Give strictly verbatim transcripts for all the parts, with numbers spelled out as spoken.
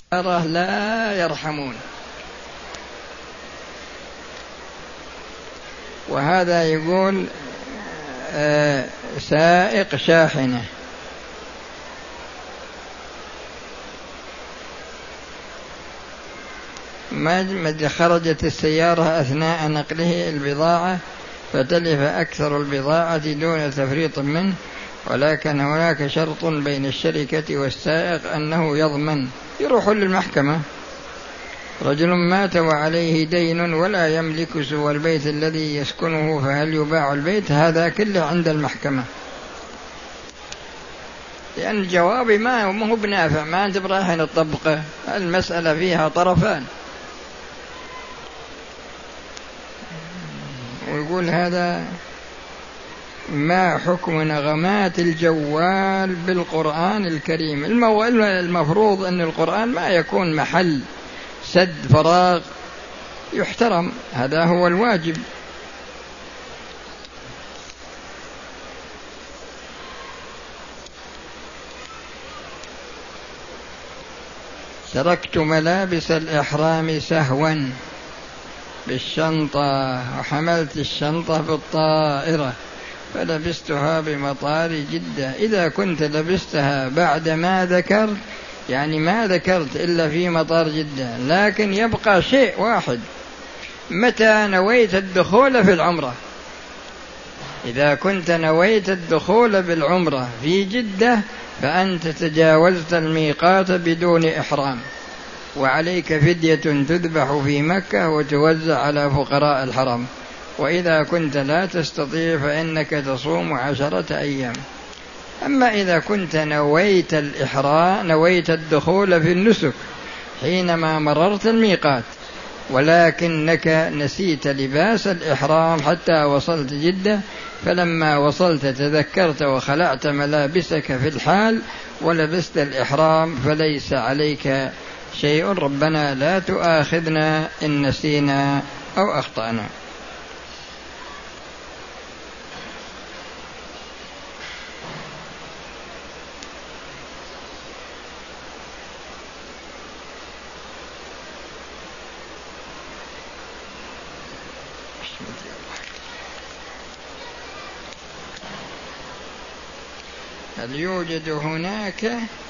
أراه لا يرحمون. وهذا يقول آه سائق شاحنة ما خرجت السيارة أثناء نقله البضاعة فتلف أكثر البضاعة دون تفريط منه، ولكن هناك شرط بين الشركة والسائق أنه يضمن. يروح للمحكمة، رجل مات وعليه دين ولا يملك سوى البيت الذي يسكنه، فهل يباع البيت؟ هذا كله عند المحكمة، لأن الجواب ما هو بنافع، ما أنت برايحين الطبقة، المسألة فيها طرفان. ويقول هذا ما حكم نغمات الجوال بالقرآن الكريم؟ المفروض أن القرآن ما يكون محل سد فراغ، يحترم، هذا هو الواجب. تركت ملابس الإحرام سهوا بالشنطة وحملت الشنطة في الطائرة فلبستها بمطار جدة. إذا كنت لبستها بعد ما ذكرت، يعني ما ذكرت إلا في مطار جدة، لكن يبقى شيء واحد: متى نويت الدخول في العمرة؟ إذا كنت نويت الدخول بالعمرة في جدة فأنت تجاوزت الميقات بدون إحرام، وعليك فدية تذبح في مكة وتوزع على فقراء الحرم. وإذا كنت لا تستطيع فإنك تصوم عشرة أيام. أما إذا كنت نويت الإحرام، نويت الدخول في النسك حينما مررت الميقات، ولكنك نسيت لباس الإحرام حتى وصلت جدة، فلما وصلت تذكرت وخلعت ملابسك في الحال ولبست الإحرام، فليس عليك شيء. ربنا لا تؤاخذنا إن نسينا أو أخطأنا. هل يوجد هناك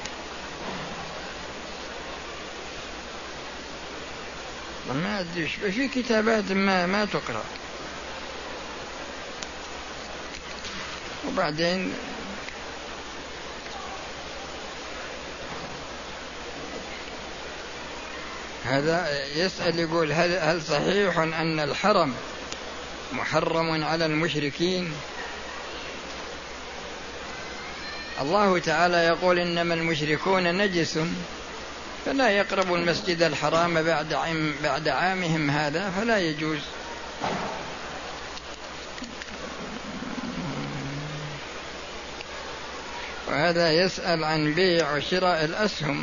ما أدري في كتابات ما ما تقرأ، وبعدين هذا يسأل يقول هل, هل صحيح أن الحرم محرم على المشركين؟ الله تعالى يقول إنما المشركون نجس فلا يقربوا المسجد الحرام بعد عام بعد عامهم هذا، فلا يجوز. وهذا يسأل عن بيع وشراء الأسهم.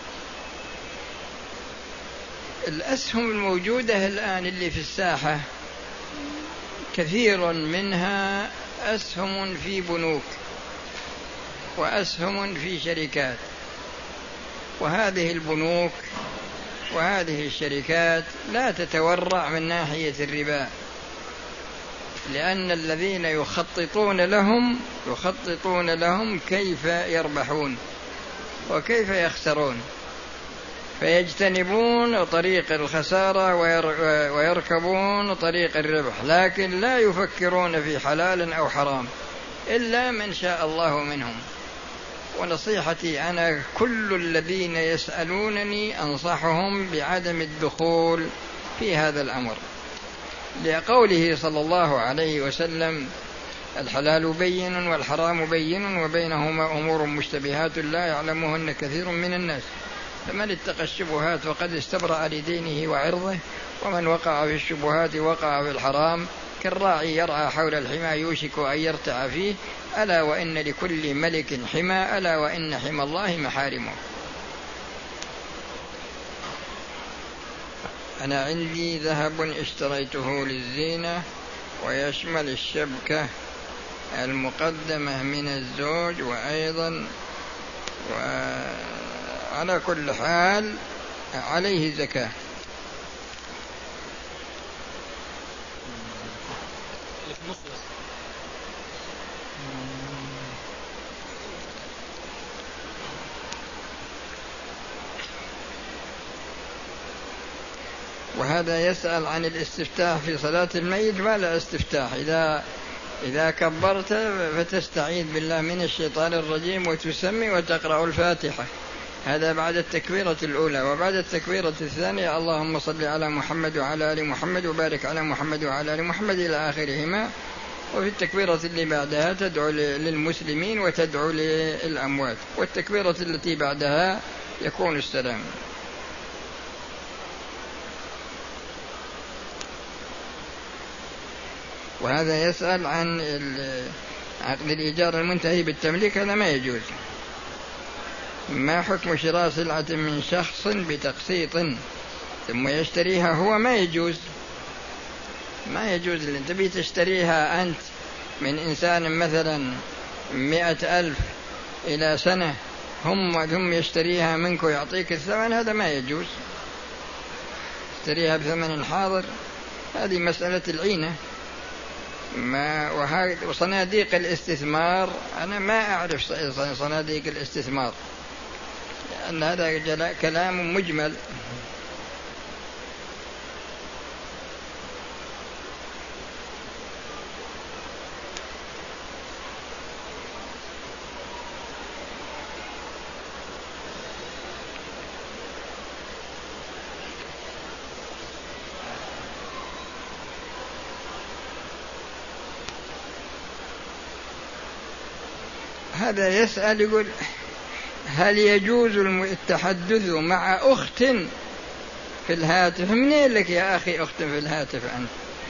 الأسهم الموجودة الآن اللي في الساحة كثير منها أسهم في بنوك وأسهم في شركات، وهذه البنوك وهذه الشركات لا تتورع من ناحية الربا، لأن الذين يخططون لهم يخططون لهم كيف يربحون وكيف يخسرون، فيجتنبون طريق الخسارة ويركبون طريق الربح، لكن لا يفكرون في حلال أو حرام إلا من شاء الله منهم. ونصيحتي أنا كل الذين يسألونني أنصحهم بعدم الدخول في هذا الأمر، لقوله صلى الله عليه وسلم: الحلال بين والحرام بين وبينهما أمور مشتبهات لا يعلمهن كثير من الناس، فمن اتقى الشبهات فقد استبرأ لدينه وعرضه، ومن وقع في الشبهات وقع في الحرام، كالراعي يرعى حول الحمى يوشك أن يرتع فيه، ألا وإن لكل ملك حمى، ألا وإن حمى الله محارمه. أنا عندي ذهب اشتريته للزينة ويشمل الشبكة المقدمة من الزوج، وأيضا وعلى كل حال عليه زكاة. وهذا يسأل عن الاستفتاح في صلاة الميت. ما لا استفتاح، إذا إذا كبرت فتستعيذ بالله من الشيطان الرجيم وتسمي وتقرأ الفاتحة، هذا بعد التكبيرة الأولى. وبعد التكبيرة الثانية اللهم صل على محمد وعلى آل محمد وبارك على محمد وعلى آل محمد إلى آخرهما. وفي التكبيرة اللي بعدها تدعو للمسلمين وتدعو للأموات، والتكبيرة التي بعدها يكون السلام. وهذا يسأل عن عقد الإيجار المنتهي بالتمليك. هذا ما يجوز. ما حكم شراء سلعة من شخص بتقسيط ثم يشتريها هو؟ ما يجوز، ما يجوز. اللي تبي تشتريها أنت من إنسان مثلا مئة ألف إلى سنة هم ثم يشتريها منك ويعطيك الثمن، هذا ما يجوز. تشتريها بثمن حاضر، هذه مسألة العينة. ما وصناديق الاستثمار أنا ما أعرف صناديق الاستثمار، لأن هذا كلام مجمل. هذا يسأل يقول هل يجوز التحدث مع أخت في الهاتف؟ منين لك يا أخي أخت في الهاتف أنت؟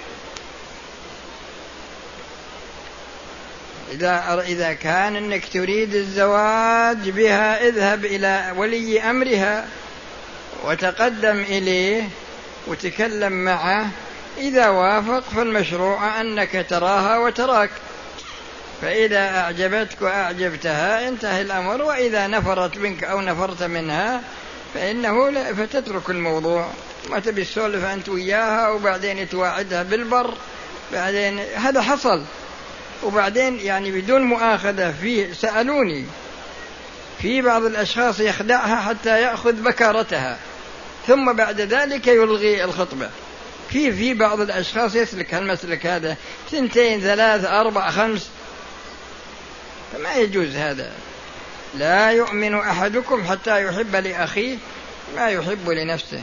إذا إذا كان أنك تريد الزواج بها اذهب إلى ولي أمرها وتقدم إليه وتكلم معه، إذا وافق فالمشروع أنك تراها وتراك، فإذا أعجبتك وأعجبتها انتهى الأمر. وإذا نفرت منك أو نفرت منها فإنه لا، فتترك الموضوع. ما تبي تسولف أنت وياها وبعدين تواعدها بالبر، بعدين هذا حصل. وبعدين يعني بدون مؤاخذة فيه، سألوني في بعض الأشخاص يخدعها حتى يأخذ بكارتها ثم بعد ذلك يلغي الخطبة. في في بعض الأشخاص يسلك هالمسلك هذا، ثنتين ثلاث أربع خمس، فما يجوز هذا. لا يؤمن أحدكم حتى يحب لأخيه ما يحب لنفسه.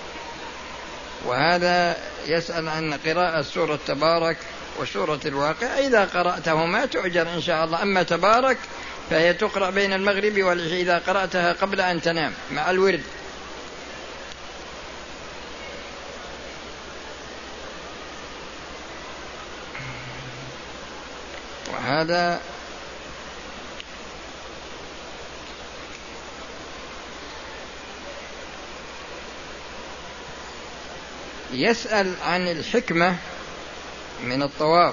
وهذا يسأل عن قراءة سورة تبارك وسورة الواقع. إذا قرأتهما تؤجر إن شاء الله. أما تبارك فهي تقرأ بين المغرب والعشاء إذا قرأتها قبل أن تنام مع الورد. وهذا يسأل عن الحكمة من الطواف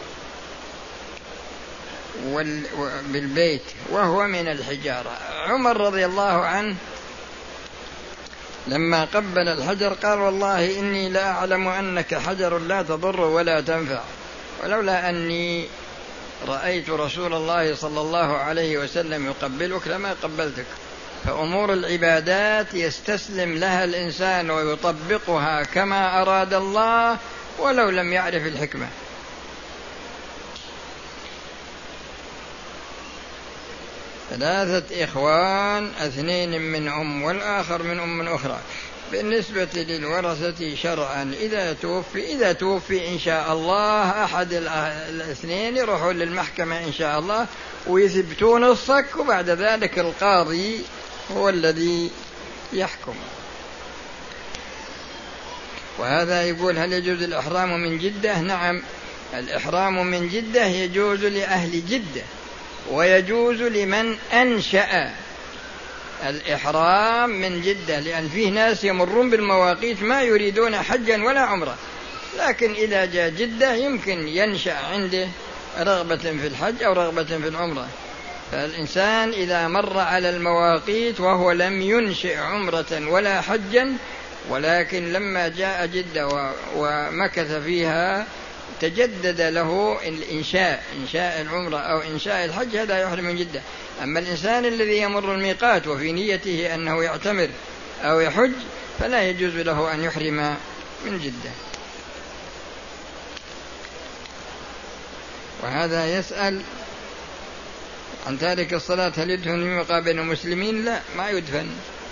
بالبيت وهو من الحجارة. عمر رضي الله عنه لما قبل الحجر قال والله إني لا أعلم أنك حجر لا تضر ولا تنفع، ولولا أني رأيت رسول الله صلى الله عليه وسلم يقبلك لما قبلتك. فأمور العبادات يستسلم لها الإنسان ويطبقها كما أراد الله ولو لم يعرف الحكمة. ثلاثة إخوان، اثنين من أم والآخر من أم أخرى. بالنسبة للورثة شرعا إذا توفي إذا توفي إن شاء الله أحد الاثنين يروحوا للمحكمة إن شاء الله ويثبتون الصك، وبعد ذلك القاضي هو الذي يحكم. وهذا يقول هل يجوز الإحرام من جدة؟ نعم، الإحرام من جدة يجوز لأهل جدة ويجوز لمن أنشأ الإحرام من جدة، لأن فيه ناس يمرون بالمواقيت ما يريدون حجا ولا عمرة، لكن إذا جاء جدة يمكن ينشأ عنده رغبة في الحج أو رغبة في العمرة. فالإنسان إذا مر على المواقيت وهو لم ينشئ عمرة ولا حجا، ولكن لما جاء جدة ومكث فيها تجدد له الإنشاء إنشاء العمرة أو إنشاء الحج، هذا يحرم من جدة. أما الإنسان الذي يمر الميقات وفي نيته أنه يعتمر أو يحج فلا يجوز له أن يحرم من جدة. وهذا يسأل عن تارك الصلاة هل يدفن في مقابر المسلمين؟ لا، ما يدفن.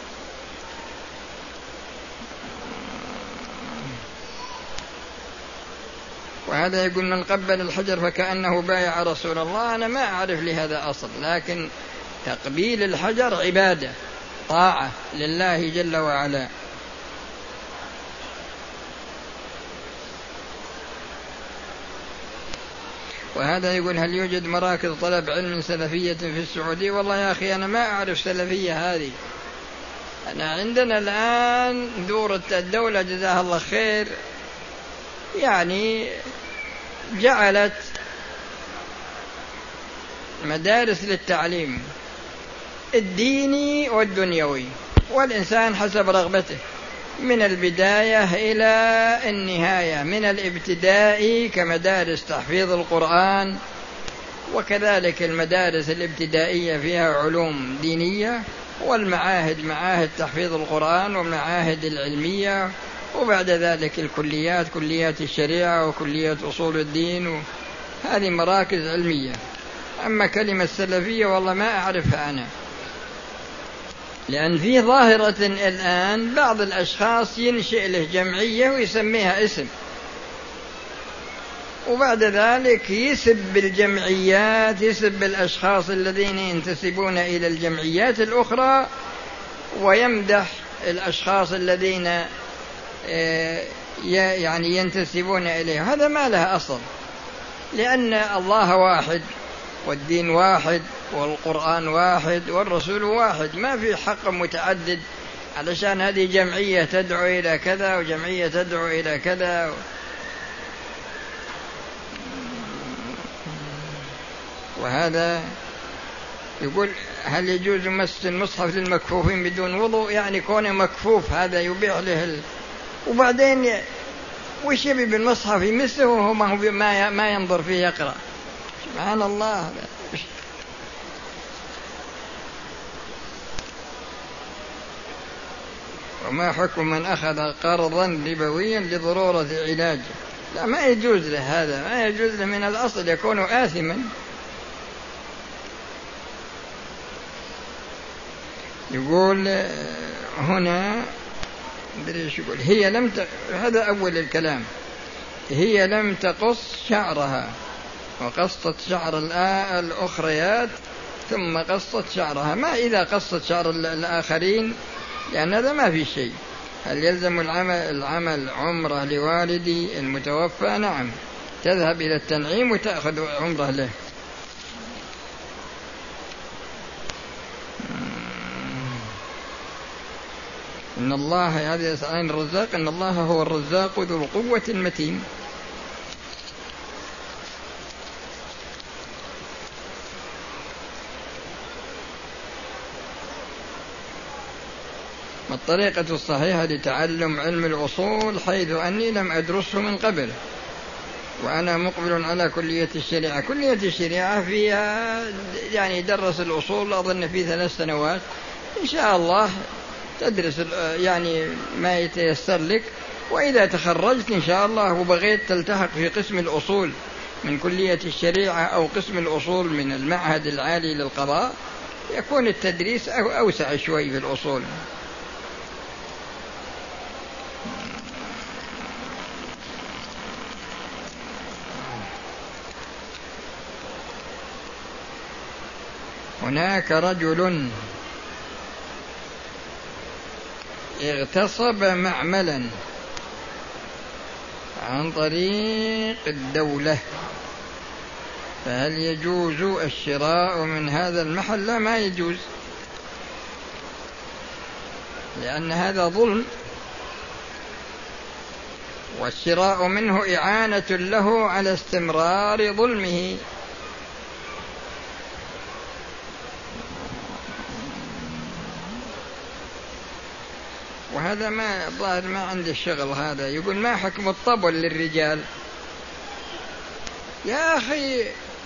وهذا يقول من قبل الحجر فكأنه بايع رسول الله. أنا ما أعرف لهذا أصل، لكن تقبيل الحجر عبادة طاعة لله جل وعلا. وهذا يقول هل يوجد مراكز طلب علم سلفية في السعودية؟ والله يا أخي أنا ما أعرف سلفية هذه. أنا عندنا الآن دورة الدولة جزاها الله خير يعني جعلت مدارس للتعليم الديني والدنيوي، والإنسان حسب رغبته من البداية إلى النهاية، من الابتدائي كمدارس تحفيظ القرآن، وكذلك المدارس الابتدائية فيها علوم دينية، والمعاهد معاهد تحفيظ القرآن والمعاهد العلمية، وبعد ذلك الكليات كليات الشريعة وكليات أصول الدين، هذه مراكز علمية. أما كلمة سلفية والله ما أعرفها أنا، لأن في ظاهرة الآن بعض الأشخاص ينشئ له جمعية ويسميها اسم، وبعد ذلك يسب الجمعيات، يسب الأشخاص الذين ينتسبون إلى الجمعيات الأخرى، ويمدح الأشخاص الذين يعني ينتسبون إليه. هذا ما له أصل، لأن الله واحد والدين واحد والقرآن واحد والرسول واحد، ما في حق متعدد علشان هذه جمعية تدعو إلى كذا وجمعية تدعو إلى كذا. وهذا يقول هل يجوز مس المصحف للمكفوفين بدون وضوء؟ يعني كونه مكفوف هذا يبيح له ال... وبعدين وش يبي بالمصحف يمسه وهو ما, ما ينظر فيه يقرأ؟ سبحان الله. وما حكم من أخذ قرضا ربويا لضرورة علاجه؟ لا، ما يجوز له هذا، ما يجوز له من الأصل، يكون آثما. يقول هنا يقول هي لم ت... هذا أول الكلام، هي لم تقص شعرها وقصت شعر الأخريات ثم قصت شعرها. ما إذا قصت شعر الآخرين، لأن هذا ما في شيء. هل يلزم العمل, العمل عمره لوالدي المتوفى؟ نعم، تذهب إلى التنعيم وتأخذ عمره له. إن الله هذا يسألين الرزاق، إن الله هو الرزاق ذو القوة المتين. ما الطريقة الصحيحة لتعلم علم الأصول حيث أني لم أدرسه من قبل وأنا مقبل على كلية الشريعة؟ كلية الشريعة فيها يعني درس الأصول أظن في ثلاث سنوات، إن شاء الله تدرس يعني ما يتيسر لك، وإذا تخرجت إن شاء الله وبغيت تلتحق في قسم الأصول من كلية الشريعة أو قسم الأصول من المعهد العالي للقضاء، يكون التدريس أوسع شوي في الأصول. هناك رجل اغتصب معملا عن طريق الدولة، فهل يجوز الشراء من هذا المحل؟ لا، ما يجوز، لأن هذا ظلم، والشراء منه إعانة له على استمرار ظلمه. وهذا ما الظاهر ما عنده الشغل. هذا يقول ما حكم الطبل للرجال؟ يا أخي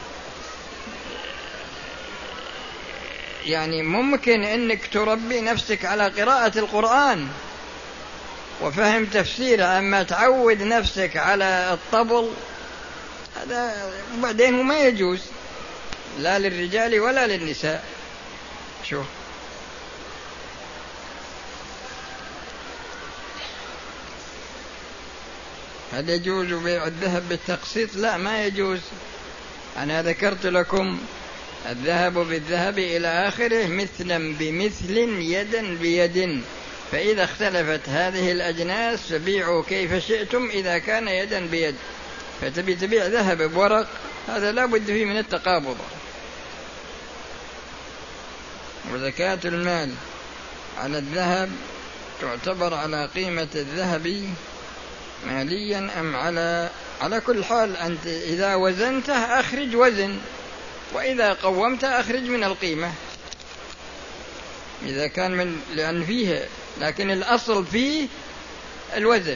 يعني ممكن أنك تربي نفسك على قراءة القرآن وفهم تفسيره، أما تعود نفسك على الطبل هذا وبعدين ما يجوز لا للرجال ولا للنساء. شوف هل يجوز بيع الذهب بالتقسيط؟ لا، ما يجوز. أنا ذكرت لكم الذهب بالذهب إلى آخره مثلا بمثل يدا بيد، فإذا اختلفت هذه الأجناس فبيعوا كيف شئتم إذا كان يدا بيد. فتبي تبيع ذهب بورق هذا لا بد فيه من التقابض. وزكاة المال على الذهب تعتبر على قيمة الذهب ماليا أم على على كل حال أنت إذا وزنته أخرج وزن، وإذا قومته أخرج من القيمة إذا كان من لأن فيه، لكن الأصل فيه الوزن.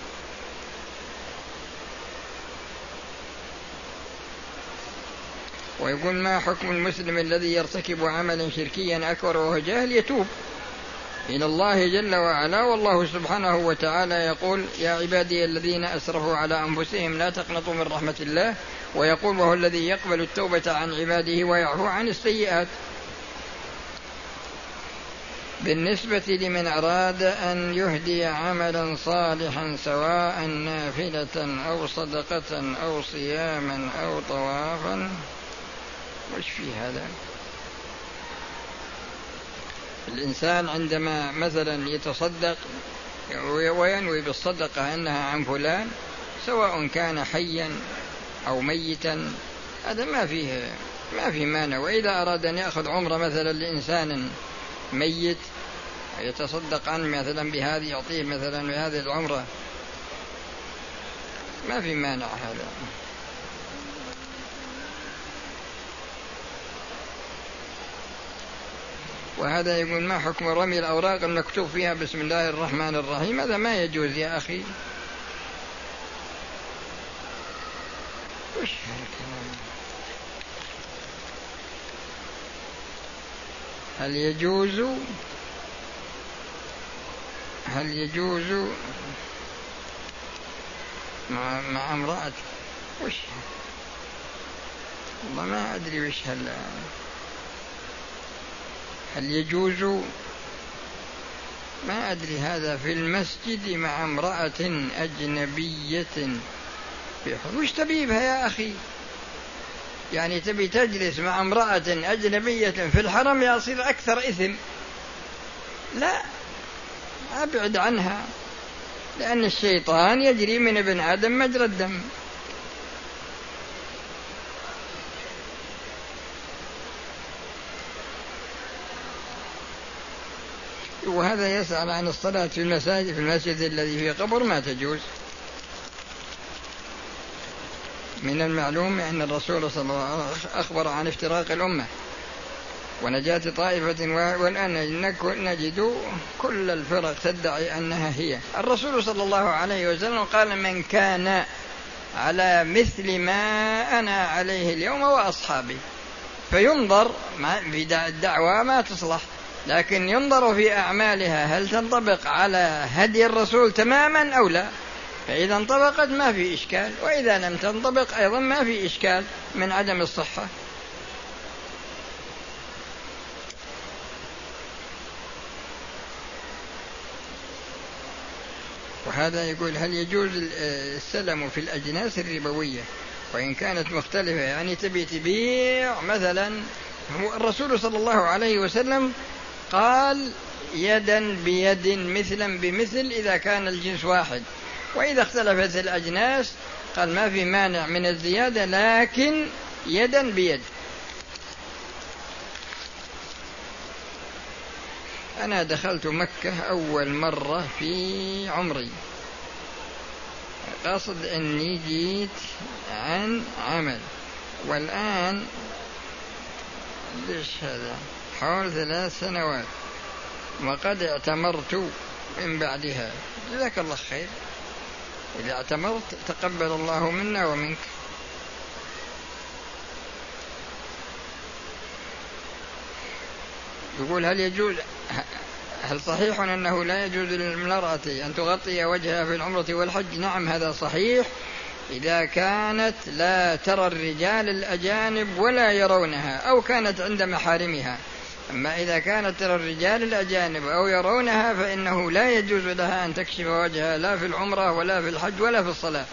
ويقول ما حكم المسلم الذي يرتكب عملا شركيا أكبر وهو جاهل؟ يتوب إلى الله جل وعلا، والله سبحانه وتعالى يقول يا عبادي الذين أسرفوا على أنفسهم لا تقنطوا من رحمة الله، ويقول وهو الذي يقبل التوبة عن عباده ويعفو عن السيئات. بالنسبة لمن أراد أن يهدي عملا صالحا سواء نافلة أو صدقة أو صياما أو طوافا، وش في هذا؟ الإنسان عندما مثلا يتصدق وينوي بالصدقة أنها عن فلان سواء كان حيا أو ميتا هذا ما فيه ما في مانع. وإذا أراد أن يأخذ عمره مثلا لإنسان ميت يتصدق عنه مثلا بهذه يعطيه مثلا بهذه العمرة ما في مانع هذا. وهذا يقول ما حكم رمي الأوراق المكتوب فيها بسم الله الرحمن الرحيم؟ هذا ما يجوز يا أخي. وش هل يجوز هل يجوز مع, مع امرأة وش والله ما أدري وش هل هل يجوز ما أدري هذا في المسجد مع امرأة أجنبية وش تبي بها يا أخي؟ يعني تبي تجلس مع امرأة أجنبية في الحرم يصير أكثر إثم. لا، أبعد عنها، لأن الشيطان يجري من ابن آدم مجرى الدم. وهذا يسأل عن الصلاة في المساجد في المسجد الذي فيه قبر ما تجوز. من المعلوم أن الرسول صلى الله عليه وسلم أخبر عن افتراق الأمة ونجاة طائفة، والآن نجد كل الفرق تدعي أنها هي. الرسول صلى الله عليه وسلم قال من كان على مثل ما أنا عليه اليوم وأصحابي، فينظر في الدعوة ما تصلح، لكن ينظر في أعمالها هل تنطبق على هدي الرسول تماما أو لا، فإذا انطبقت ما في إشكال، وإذا لم تنطبق أيضا ما في إشكال من عدم الصحة. وهذا يقول هل يجوز السلم في الأجناس الربوية وإن كانت مختلفة؟ يعني تبي تبيع مثلا، الرسول صلى الله عليه وسلم قال يدا بيد مثلا بمثل إذا كان الجنس واحد، وإذا اختلفت الأجناس قال ما في مانع من الزيادة لكن يدا بيد. أنا دخلت مكة أول مرة في عمري، قصد أني جيت عن عمل، والآن ليش هذا حول ثلاث سنوات، وقد اعتمرت من بعدها. جزاك الله خير، إذا اعتمرت تقبل الله منا ومنك. يقول هل يجوز هل صحيح أنه لا يجوز للمرأة أن تغطي وجهها في العمرة والحج؟ نعم هذا صحيح إذا كانت لا ترى الرجال الأجانب ولا يرونها أو كانت عند محارمها. أما إذا كانت ترى الرجال الأجانب أو يرونها فإنه لا يجوز لها أن تكشف وجهها لا في العمرة ولا في الحج ولا في الصلاة.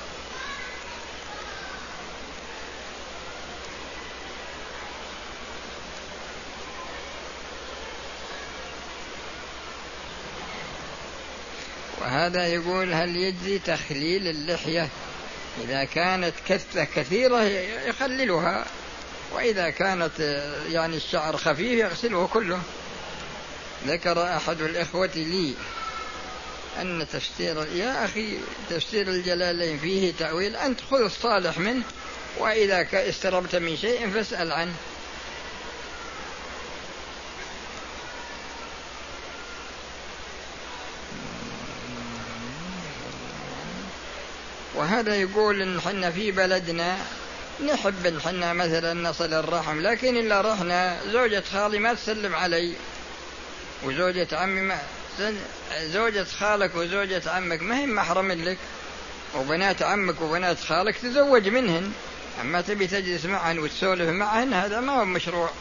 وهذا يقول هل يجزي تخليل اللحية؟ إذا كانت كثة كثيرة يخللها، وإذا كانت يعني الشعر خفيف يغسله كله. ذكر أحد الإخوة لي أن تفسير يا أخي تفسير الجلالين فيه تأويل، أنت خذ الصالح منه، وإذا استربت من شيء فاسأل عنه. وهذا يقول إن حنا في بلدنا نحب إن حنا مثلا نصل الرحم، لكن إلا رحنا زوجة خالي ما تسلم علي، وزوجة عمي ما زوجة خالك وزوجة عمك ما هي محرم لك، وبنات عمك وبنات خالك تزوج منهن، أما تبي تجلس معهن وتسولف معهن هذا ما هو مشروع.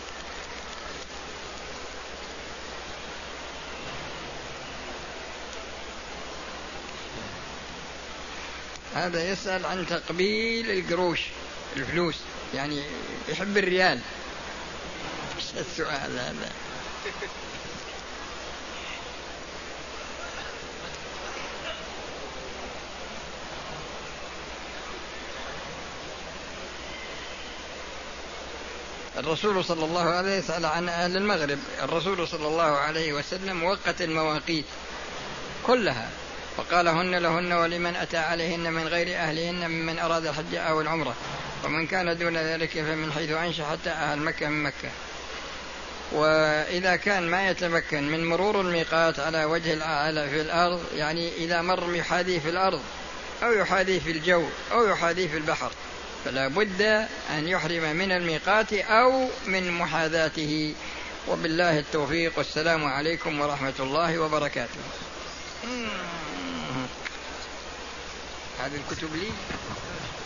هذا يسأل عن تقبيل القروش الفلوس، يعني يحب الريال. ايش السؤال هذا؟ الرسول صلى الله عليه وسلم يسأل عن أهل المغرب. الرسول صلى الله عليه وسلم وقت المواقيت كلها فقال هن لهن ولمن أتى عليهن من غير أهلهن ممن أراد الحج أو العمرة، ومن كان دون ذلك فمن حيث أنشأ حتى أهل مكة من مكة. وإذا كان ما يتمكن من مرور الميقات على وجه الأعلى في الأرض، يعني إذا مر يحاذيه في الأرض أو يحاذيه في الجو أو يحاذيه في البحر، فلا بد أن يحرم من الميقات أو من محاذاته. وبالله التوفيق، والسلام عليكم ورحمة الله وبركاته. هذه الكتب لي.